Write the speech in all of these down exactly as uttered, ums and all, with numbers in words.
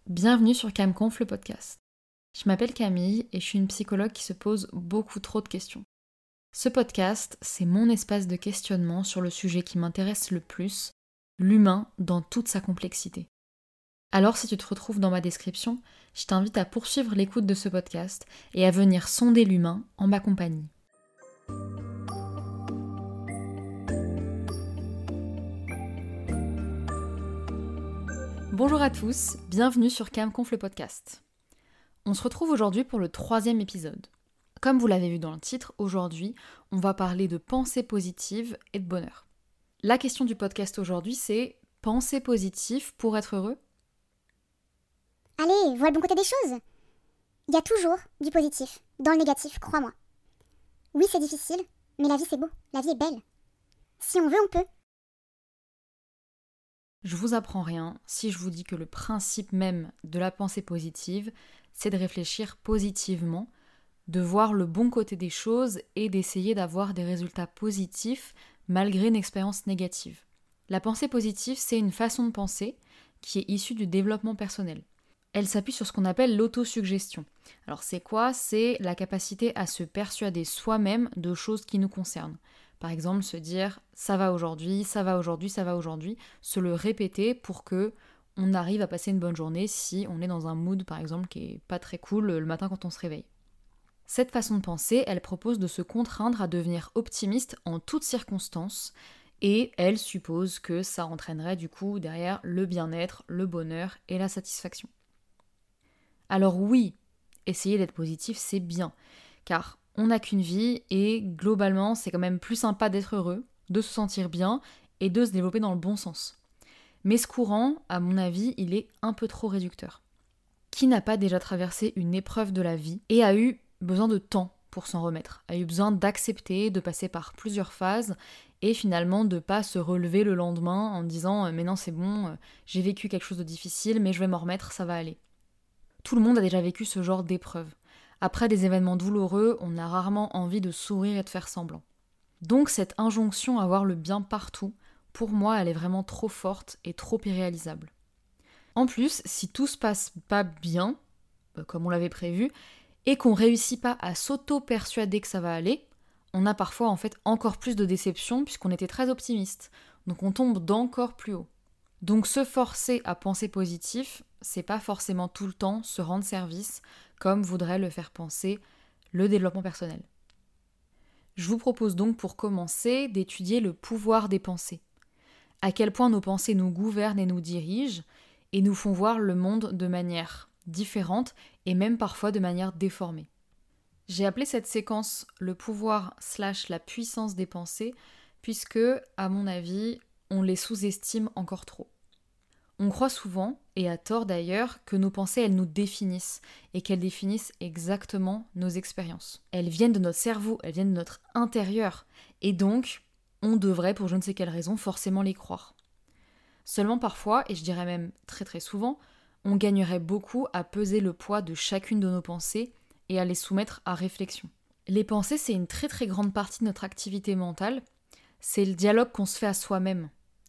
Bienvenue sur Camconf, le podcast. Je m'appelle Camille et je suis une psychologue qui se pose beaucoup trop de questions. Ce podcast, c'est mon espace de questionnement sur le sujet qui m'intéresse le plus, l'humain dans toute sa complexité. Alors si tu te retrouves dans ma description, je t'invite à poursuivre l'écoute de ce podcast et à venir sonder l'humain en ma compagnie. Bonjour à tous, bienvenue sur Camconf, le podcast. On se retrouve aujourd'hui pour le troisième épisode. Comme vous l'avez vu dans le titre, aujourd'hui, on va parler de pensée positive et de bonheur. La question du podcast aujourd'hui, c'est « Penser positif pour être heureux ?» Allez, vois le bon côté des choses. Il y a toujours du positif dans le négatif, crois-moi. Oui, c'est difficile, mais la vie c'est beau, la vie est belle. Si on veut, on peut. Je vous apprends rien si je vous dis que le principe même de la pensée positive, c'est de réfléchir positivement, de voir le bon côté des choses et d'essayer d'avoir des résultats positifs malgré une expérience négative. La pensée positive, c'est une façon de penser qui est issue du développement personnel. Elle s'appuie sur ce qu'on appelle l'autosuggestion. Alors c'est quoi ? C'est la capacité à se persuader soi-même de choses qui nous concernent. Par exemple, se dire « ça va aujourd'hui, ça va aujourd'hui, ça va aujourd'hui », se le répéter pour que on arrive à passer une bonne journée si on est dans un mood, par exemple, qui est pas très cool le matin quand on se réveille. Cette façon de penser, elle propose de se contraindre à devenir optimiste en toutes circonstances et elle suppose que ça entraînerait du coup derrière le bien-être, le bonheur et la satisfaction. Alors oui, essayer d'être positif, c'est bien, car on n'a qu'une vie et globalement, c'est quand même plus sympa d'être heureux, de se sentir bien et de se développer dans le bon sens. Mais ce courant, à mon avis, il est un peu trop réducteur. Qui n'a pas déjà traversé une épreuve de la vie et a eu besoin de temps pour s'en remettre, a eu besoin d'accepter, de passer par plusieurs phases et finalement de pas se relever le lendemain en disant « mais non c'est bon, j'ai vécu quelque chose de difficile mais je vais m'en remettre, ça va aller ». Tout le monde a déjà vécu ce genre d'épreuve. Après des événements douloureux, on a rarement envie de sourire et de faire semblant. Donc cette injonction à voir le bien partout, pour moi, elle est vraiment trop forte et trop irréalisable. En plus, si tout se passe pas bien, comme on l'avait prévu, et qu'on réussit pas à s'auto-persuader que ça va aller, on a parfois en fait encore plus de déception puisqu'on était très optimiste. Donc on tombe d'encore plus haut. Donc se forcer à penser positif, c'est pas forcément tout le temps se rendre service comme voudrait le faire penser le développement personnel. Je vous propose donc pour commencer d'étudier le pouvoir des pensées. À quel point nos pensées nous gouvernent et nous dirigent et nous font voir le monde de manière différente et même parfois de manière déformée. J'ai appelé cette séquence le pouvoir slash la puissance des pensées puisque, à mon avis, on les sous-estime encore trop. On croit souvent, et à tort d'ailleurs, que nos pensées, elles nous définissent, et qu'elles définissent exactement nos expériences. Elles viennent de notre cerveau, elles viennent de notre intérieur, et donc, on devrait, pour je ne sais quelle raison, forcément les croire. Seulement parfois, et je dirais même très très souvent, on gagnerait beaucoup à peser le poids de chacune de nos pensées et à les soumettre à réflexion. Les pensées, c'est une très très grande partie de notre activité mentale, c'est le dialogue qu'on se fait à soi-même.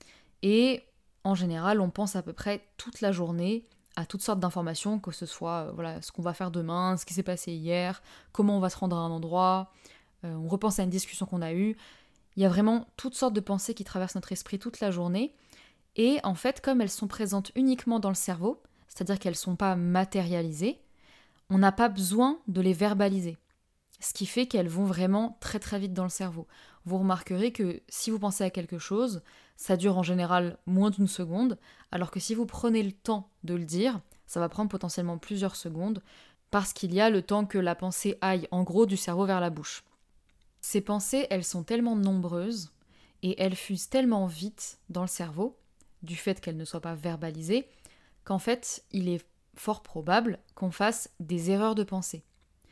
Et en général, on pense à peu près toute la journée à toutes sortes d'informations, que ce soit euh, voilà, ce qu'on va faire demain, ce qui s'est passé hier, comment on va se rendre à un endroit, euh, on repense à une discussion qu'on a eue. Il y a vraiment toutes sortes de pensées qui traversent notre esprit toute la journée. Et en fait, comme elles sont présentes uniquement dans le cerveau, c'est-à-dire qu'elles ne sont pas matérialisées, on n'a pas besoin de les verbaliser. Ce qui fait qu'elles vont vraiment très très vite dans le cerveau. Vous remarquerez que si vous pensez à quelque chose, ça dure en général moins d'une seconde, alors que si vous prenez le temps de le dire, ça va prendre potentiellement plusieurs secondes, parce qu'il y a le temps que la pensée aille en gros du cerveau vers la bouche. Ces pensées, elles sont tellement nombreuses, et elles fusent tellement vite dans le cerveau, du fait qu'elles ne soient pas verbalisées, qu'en fait, il est fort probable qu'on fasse des erreurs de pensée.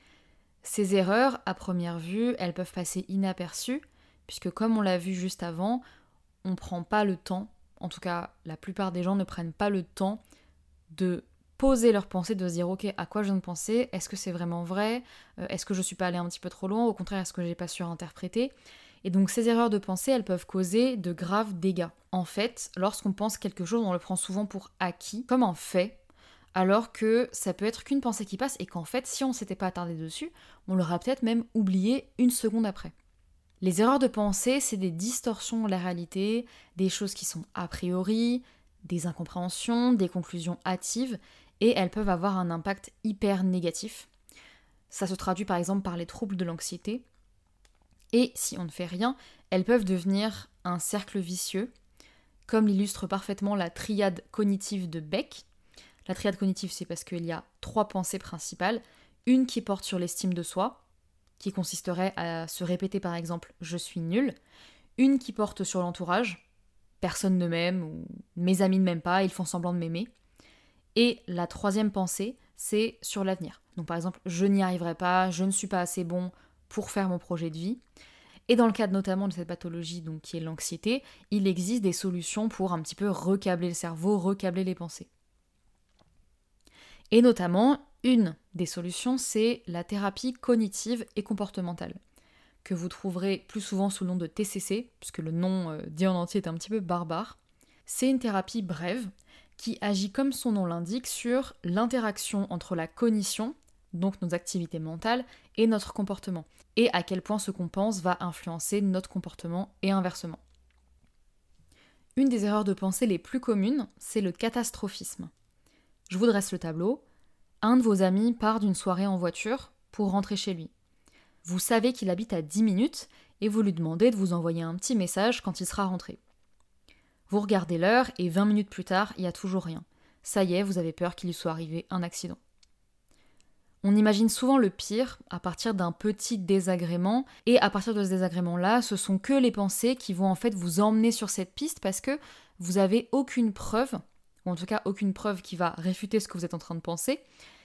Ces erreurs, à première vue, elles peuvent passer inaperçues, puisque comme on l'a vu juste avant, on ne prend pas le temps, en tout cas la plupart des gens ne prennent pas le temps de poser leurs pensées, de se dire ok, à quoi je viens de penser, est-ce que c'est vraiment vrai, est-ce que je ne suis pas allée un petit peu trop loin, au contraire, est-ce que je n'ai pas surinterprété. Et donc ces erreurs de pensée, elles peuvent causer de graves dégâts. En fait, lorsqu'on pense quelque chose, on le prend souvent pour acquis, comme un fait, alors que ça peut être qu'une pensée qui passe et qu'en fait, si on ne s'était pas attardé dessus, on l'aurait peut-être même oublié une seconde après. Les erreurs de pensée, c'est des distorsions de la réalité, des choses qui sont a priori, des incompréhensions, des conclusions hâtives, et elles peuvent avoir un impact hyper négatif. Ça se traduit par exemple par les troubles de l'anxiété, et si on ne fait rien, elles peuvent devenir un cercle vicieux, comme l'illustre parfaitement la triade cognitive de Beck. La triade cognitive, c'est parce qu'il y a trois pensées principales, une qui porte sur l'estime de soi, qui consisterait à se répéter par exemple « je suis nul », une qui porte sur l'entourage, personne ne m'aime ou mes amis ne m'aiment pas, ils font semblant de m'aimer, et la troisième pensée, c'est sur l'avenir. Donc par exemple, je n'y arriverai pas, je ne suis pas assez bon pour faire mon projet de vie. Et dans le cadre notamment de cette pathologie donc, qui est l'anxiété, il existe des solutions pour un petit peu recabler le cerveau, recabler les pensées. Et notamment, une des solutions, c'est la thérapie cognitive et comportementale, que vous trouverez plus souvent sous le nom de T C C, puisque le nom euh, dit en entier est un petit peu barbare. C'est une thérapie brève qui agit comme son nom l'indique sur l'interaction entre la cognition, donc nos activités mentales, et notre comportement, et à quel point ce qu'on pense va influencer notre comportement et inversement. Une des erreurs de pensée les plus communes, c'est le catastrophisme. Je vous dresse le tableau. Un de vos amis part d'une soirée en voiture pour rentrer chez lui. Vous savez qu'il habite à dix minutes et vous lui demandez de vous envoyer un petit message quand il sera rentré. Vous regardez l'heure et vingt minutes plus tard, il n'y a toujours rien. Ça y est, vous avez peur qu'il lui soit arrivé un accident. On imagine souvent le pire à partir d'un petit désagrément, et à partir de ce désagrément-là, ce sont que les pensées qui vont en fait vous emmener sur cette piste parce que vous n'avez aucune preuve, ou en tout cas aucune preuve qui va réfuter ce que vous êtes en train de penser.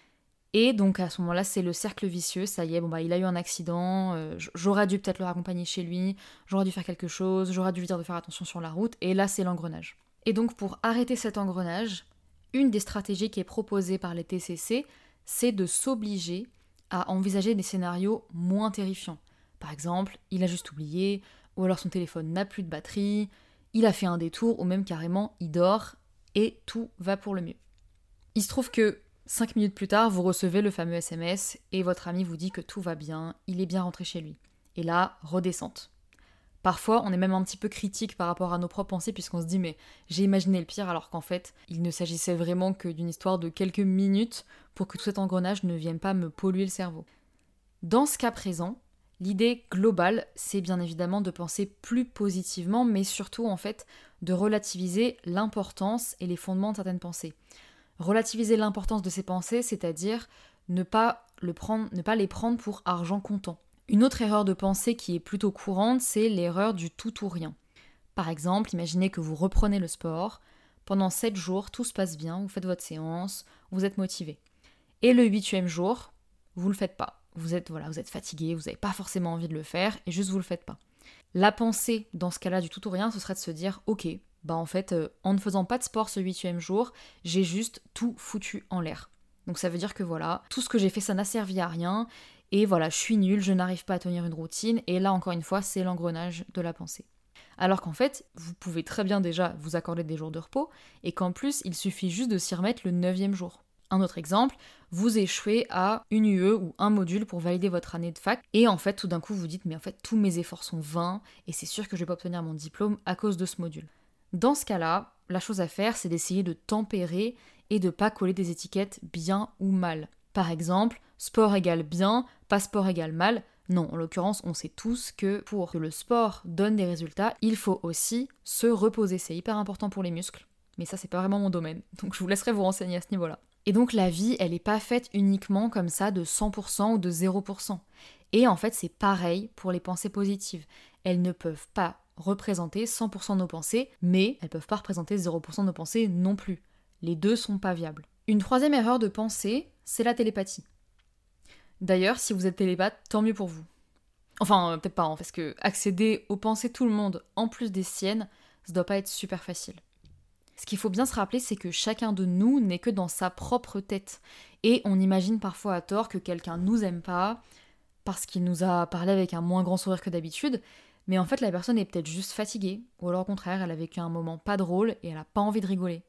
Et donc à ce moment-là, c'est le cercle vicieux, ça y est, bon bah il a eu un accident, euh, j'aurais dû peut-être le raccompagner chez lui, j'aurais dû faire quelque chose, j'aurais dû lui dire de faire attention sur la route, et là c'est l'engrenage. Et donc pour arrêter cet engrenage, une des stratégies qui est proposée par les T C C, c'est de s'obliger à envisager des scénarios moins terrifiants. Par exemple, il a juste oublié, ou alors son téléphone n'a plus de batterie, il a fait un détour, ou même carrément il dort, et tout va pour le mieux. Il se trouve que cinq minutes plus tard, vous recevez le fameux S M S, et votre ami vous dit que tout va bien, il est bien rentré chez lui. Et là, redescente. Parfois, on est même un petit peu critique par rapport à nos propres pensées, puisqu'on se dit « mais j'ai imaginé le pire » alors qu'en fait, il ne s'agissait vraiment que d'une histoire de quelques minutes pour que tout cet engrenage ne vienne pas me polluer le cerveau. Dans ce cas présent, l'idée globale, c'est bien évidemment de penser plus positivement, mais surtout en fait de relativiser l'importance et les fondements de certaines pensées. Relativiser l'importance de ces pensées, c'est-à-dire ne pas, le prendre, ne pas les prendre pour argent comptant. Une autre erreur de pensée qui est plutôt courante, c'est l'erreur du tout ou rien. Par exemple, imaginez que vous reprenez le sport, pendant sept jours, tout se passe bien, vous faites votre séance, vous êtes motivé. Et le huitième jour, vous le faites pas. Vous êtes, voilà, vous êtes fatigué, vous n'avez pas forcément envie de le faire, et juste vous le faites pas. La pensée, dans ce cas-là, du tout ou rien, ce serait de se dire « ok, bah en fait, euh, en ne faisant pas de sport ce huitième jour, j'ai juste tout foutu en l'air. » Donc ça veut dire que voilà, tout ce que j'ai fait, ça n'a servi à rien, et voilà, je suis nulle, je n'arrive pas à tenir une routine, et là, encore une fois, c'est l'engrenage de la pensée. Alors qu'en fait, vous pouvez très bien déjà vous accorder des jours de repos, et qu'en plus, il suffit juste de s'y remettre le neuvième jour. Un autre exemple, vous échouez à une U E ou un module pour valider votre année de fac, et en fait, tout d'un coup, vous dites « mais en fait, tous mes efforts sont vains, et c'est sûr que je vais pas obtenir mon diplôme à cause de ce module. » Dans ce cas-là, la chose à faire, c'est d'essayer de tempérer et de pas coller des étiquettes bien ou mal. Par exemple, sport égale bien, pas sport égale mal. Non, en l'occurrence, on sait tous que pour que le sport donne des résultats, il faut aussi se reposer. C'est hyper important pour les muscles, mais ça, c'est pas vraiment mon domaine. Donc je vous laisserai vous renseigner à ce niveau-là. Et donc la vie, elle est pas faite uniquement comme ça de cent pour cent ou de zéro pour cent. Et en fait, c'est pareil pour les pensées positives. Elles ne peuvent pas représenter cent pour cent de nos pensées, mais elles peuvent pas représenter zéro pour cent de nos pensées non plus. Les deux sont pas viables. Une troisième erreur de pensée, c'est la télépathie. D'ailleurs, si vous êtes télépathe, tant mieux pour vous. Enfin, euh, peut-être pas, hein, parce que accéder aux pensées de tout le monde, en plus des siennes, ça doit pas être super facile. Ce qu'il faut bien se rappeler, c'est que chacun de nous n'est que dans sa propre tête. Et on imagine parfois à tort que quelqu'un nous aime pas, parce qu'il nous a parlé avec un moins grand sourire que d'habitude, mais en fait la personne est peut-être juste fatiguée, ou alors au contraire, elle a vécu un moment pas drôle et elle a pas envie de rigoler.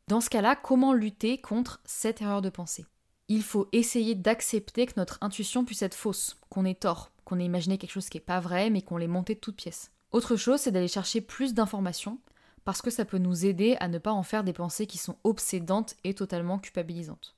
Dans ce cas-là, comment lutter contre cette erreur de pensée ? Il faut essayer d'accepter que notre intuition puisse être fausse, qu'on ait tort, qu'on ait imaginé quelque chose qui n'est pas vrai, mais qu'on l'ait monté de toutes pièces. Autre chose, c'est d'aller chercher plus d'informations, parce que ça peut nous aider à ne pas en faire des pensées qui sont obsédantes et totalement culpabilisantes.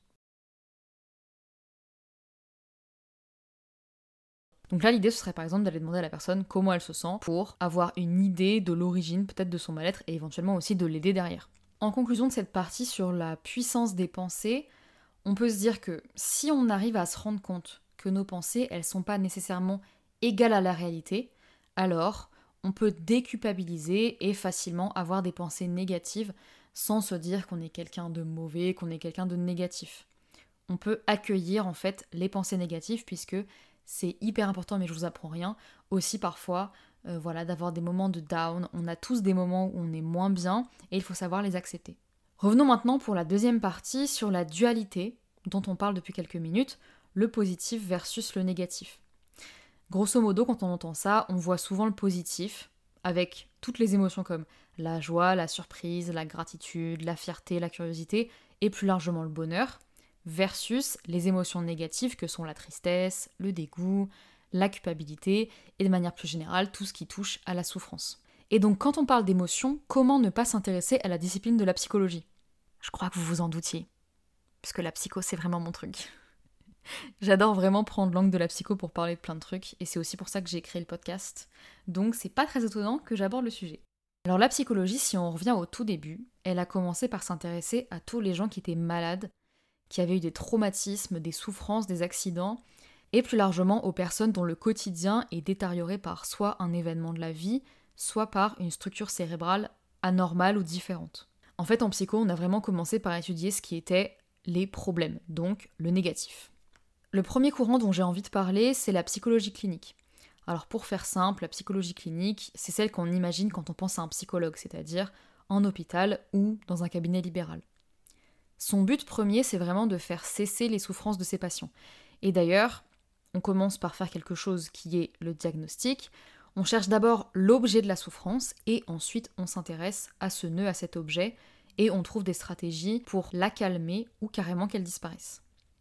Donc là, l'idée, ce serait par exemple d'aller demander à la personne comment elle se sent pour avoir une idée de l'origine peut-être de son mal-être et éventuellement aussi de l'aider derrière. En conclusion de cette partie sur la puissance des pensées, on peut se dire que si on arrive à se rendre compte que nos pensées, elles ne sont pas nécessairement égales à la réalité, alors on peut déculpabiliser et facilement avoir des pensées négatives sans se dire qu'on est quelqu'un de mauvais, qu'on est quelqu'un de négatif. On peut accueillir en fait les pensées négatives puisque c'est hyper important, mais je vous apprends rien, aussi parfois euh, voilà, d'avoir des moments de down. On a tous des moments où on est moins bien et il faut savoir les accepter. Revenons maintenant pour la deuxième partie sur la dualité dont on parle depuis quelques minutes, le positif versus le négatif. Grosso modo, quand on entend ça, on voit souvent le positif, avec toutes les émotions comme la joie, la surprise, la gratitude, la fierté, la curiosité, et plus largement le bonheur, versus les émotions négatives que sont la tristesse, le dégoût, la culpabilité, et de manière plus générale, tout ce qui touche à la souffrance. Et donc quand on parle d'émotions, comment ne pas s'intéresser à la discipline de la psychologie ? Je crois que vous vous en doutiez, puisque la psycho c'est vraiment mon truc. J'adore vraiment prendre l'angle de la psycho pour parler de plein de trucs, et c'est aussi pour ça que j'ai créé le podcast. Donc c'est pas très étonnant que j'aborde le sujet. Alors la psychologie, si on revient au tout début, elle a commencé par s'intéresser à tous les gens qui étaient malades, qui avaient eu des traumatismes, des souffrances, des accidents, et plus largement aux personnes dont le quotidien est détérioré par soit un événement de la vie, soit par une structure cérébrale anormale ou différente. En fait, en psycho, on a vraiment commencé par étudier ce qui était les problèmes, donc le négatif. Le premier courant dont j'ai envie de parler, c'est la psychologie clinique. Alors pour faire simple, la psychologie clinique, c'est celle qu'on imagine quand on pense à un psychologue, c'est-à-dire en hôpital ou dans un cabinet libéral. Son but premier, c'est vraiment de faire cesser les souffrances de ses patients. Et d'ailleurs, on commence par faire quelque chose qui est le diagnostic. On cherche d'abord l'objet de la souffrance et ensuite on s'intéresse à ce nœud, à cet objet, et on trouve des stratégies pour la calmer ou carrément qu'elle disparaisse.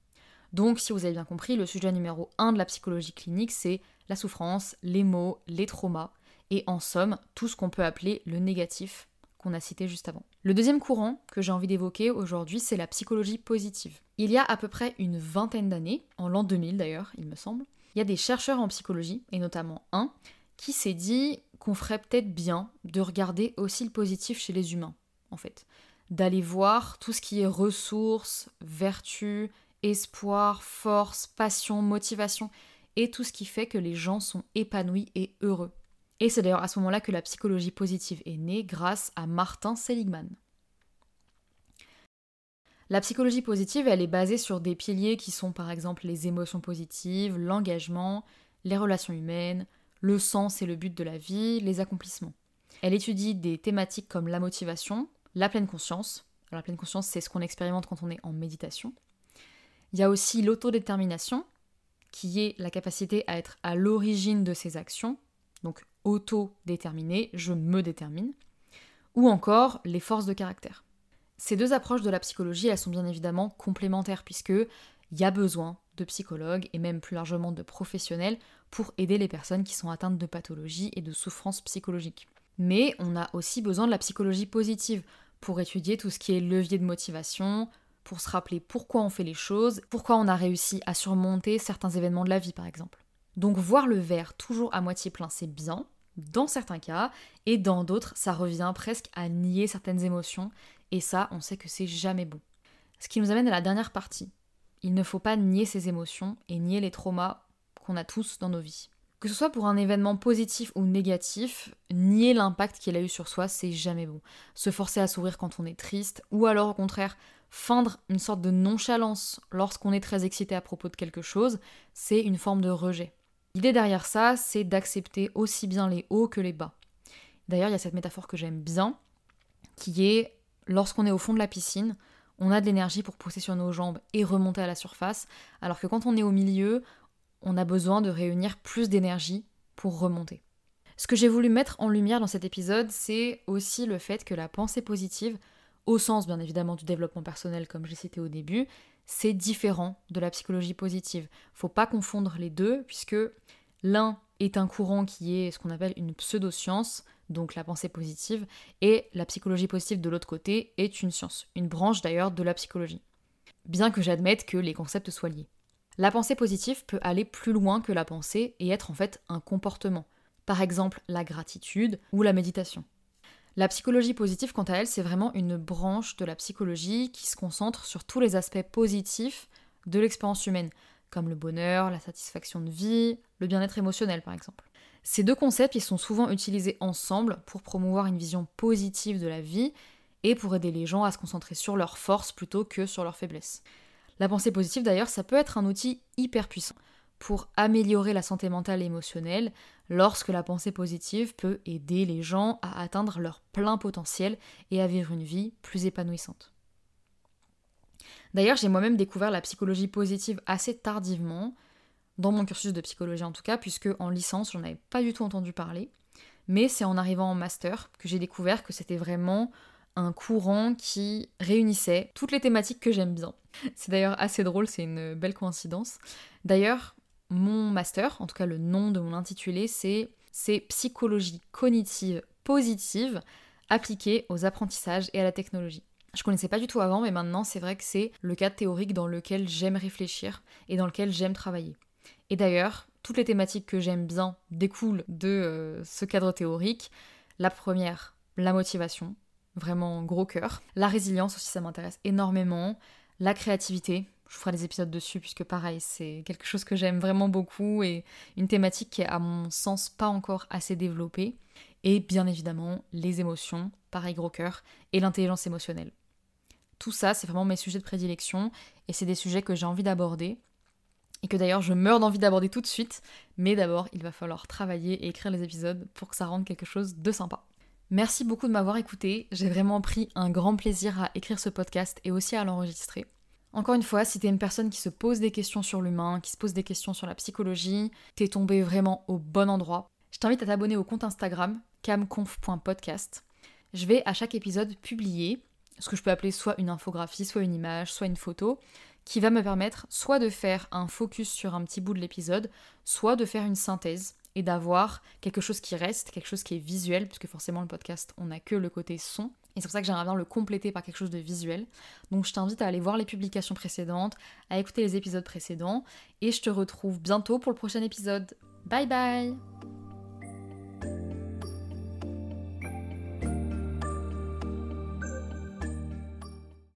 Donc, si vous avez bien compris, le sujet numéro un de la psychologie clinique, c'est la souffrance, les maux, les traumas, et en somme, tout ce qu'on peut appeler le négatif qu'on a cité juste avant. Le deuxième courant que j'ai envie d'évoquer aujourd'hui, c'est la psychologie positive. Il y a à peu près une vingtaine d'années, en l'an deux mille d'ailleurs, il me semble, il y a des chercheurs en psychologie, et notamment un, qui s'est dit qu'on ferait peut-être bien de regarder aussi le positif chez les humains, en fait. D'aller voir tout ce qui est ressources, vertus, espoir, force, passion, motivation, et tout ce qui fait que les gens sont épanouis et heureux. Et c'est d'ailleurs à ce moment-là que la psychologie positive est née grâce à Martin Seligman. La psychologie positive, elle est basée sur des piliers qui sont par exemple les émotions positives, l'engagement, les relations humaines, le sens et le but de la vie, les accomplissements. Elle étudie des thématiques comme la motivation, la pleine conscience. Alors la pleine conscience, c'est ce qu'on expérimente quand on est en méditation. Il y a aussi l'autodétermination, qui est la capacité à être à l'origine de ses actions, donc auto-déterminé, je me détermine, ou encore les forces de caractère. Ces deux approches de la psychologie, elles sont bien évidemment complémentaires, puisqu'il y a besoin de psychologues, et même plus largement de professionnels, pour aider les personnes qui sont atteintes de pathologies et de souffrances psychologiques. Mais on a aussi besoin de la psychologie positive, pour étudier tout ce qui est levier de motivation, pour se rappeler pourquoi on fait les choses, pourquoi on a réussi à surmonter certains événements de la vie par exemple. Donc voir le verre toujours à moitié plein, c'est bien, dans certains cas, et dans d'autres, ça revient presque à nier certaines émotions, et ça, on sait que c'est jamais bon. Ce qui nous amène à la dernière partie. Il ne faut pas nier ses émotions et nier les traumas qu'on a tous dans nos vies. Que ce soit pour un événement positif ou négatif, nier l'impact qu'il a eu sur soi, c'est jamais bon. Se forcer à sourire quand on est triste, ou alors au contraire, feindre une sorte de nonchalance lorsqu'on est très excité à propos de quelque chose, c'est une forme de rejet. L'idée derrière ça, c'est d'accepter aussi bien les hauts que les bas. D'ailleurs, il y a cette métaphore que j'aime bien, qui est, lorsqu'on est au fond de la piscine, on a de l'énergie pour pousser sur nos jambes et remonter à la surface, alors que quand on est au milieu, on a besoin de réunir plus d'énergie pour remonter. Ce que j'ai voulu mettre en lumière dans cet épisode, c'est aussi le fait que la pensée positive, au sens bien évidemment du développement personnel comme j'ai cité au début, c'est différent de la psychologie positive. Faut pas confondre les deux puisque l'un est un courant qui est ce qu'on appelle une pseudo-science, donc la pensée positive, et la psychologie positive de l'autre côté est une science, une branche d'ailleurs de la psychologie. Bien que j'admette que les concepts soient liés. La pensée positive peut aller plus loin que la pensée et être en fait un comportement. Par exemple, la gratitude ou la méditation. La psychologie positive, quant à elle, c'est vraiment une branche de la psychologie qui se concentre sur tous les aspects positifs de l'expérience humaine, comme le bonheur, la satisfaction de vie, le bien-être émotionnel par exemple. Ces deux concepts, ils sont souvent utilisés ensemble pour promouvoir une vision positive de la vie et pour aider les gens à se concentrer sur leurs forces plutôt que sur leurs faiblesses. La pensée positive d'ailleurs, ça peut être un outil hyper puissant pour améliorer la santé mentale et émotionnelle lorsque la pensée positive peut aider les gens à atteindre leur plein potentiel et à vivre une vie plus épanouissante. D'ailleurs, j'ai moi-même découvert la psychologie positive assez tardivement, dans mon cursus de psychologie en tout cas, puisque en licence, j'en avais pas du tout entendu parler, mais c'est en arrivant en master que j'ai découvert que c'était vraiment un courant qui réunissait toutes les thématiques que j'aime bien. C'est d'ailleurs assez drôle, c'est une belle coïncidence. D'ailleurs, mon master, en tout cas le nom de mon intitulé, c'est, c'est psychologie cognitive positive appliquée aux apprentissages et à la technologie. Je connaissais pas du tout avant, mais maintenant c'est vrai que c'est le cadre théorique dans lequel j'aime réfléchir et dans lequel j'aime travailler. Et d'ailleurs, toutes les thématiques que j'aime bien découlent de euh, ce cadre théorique. La première, la motivation, vraiment gros cœur. La résilience aussi, ça m'intéresse énormément. La créativité, je vous ferai des épisodes dessus puisque pareil, c'est quelque chose que j'aime vraiment beaucoup et une thématique qui est à mon sens pas encore assez développée. Et bien évidemment, les émotions, pareil gros cœur, et l'intelligence émotionnelle. Tout ça, c'est vraiment mes sujets de prédilection et c'est des sujets que j'ai envie d'aborder et que d'ailleurs je meurs d'envie d'aborder tout de suite, mais d'abord il va falloir travailler et écrire les épisodes pour que ça rende quelque chose de sympa. Merci beaucoup de m'avoir écouté, j'ai vraiment pris un grand plaisir à écrire ce podcast et aussi à l'enregistrer. Encore une fois, si t'es une personne qui se pose des questions sur l'humain, qui se pose des questions sur la psychologie, t'es tombé vraiment au bon endroit. Je t'invite à t'abonner au compte Instagram camconf point podcast. Je vais à chaque épisode publier ce que je peux appeler soit une infographie, soit une image, soit une photo, qui va me permettre soit de faire un focus sur un petit bout de l'épisode, soit de faire une synthèse et d'avoir quelque chose qui reste, quelque chose qui est visuel, puisque forcément le podcast, on n'a que le côté son, et c'est pour ça que j'aimerais bien le compléter par quelque chose de visuel. Donc je t'invite à aller voir les publications précédentes, à écouter les épisodes précédents, et je te retrouve bientôt pour le prochain épisode. Bye bye!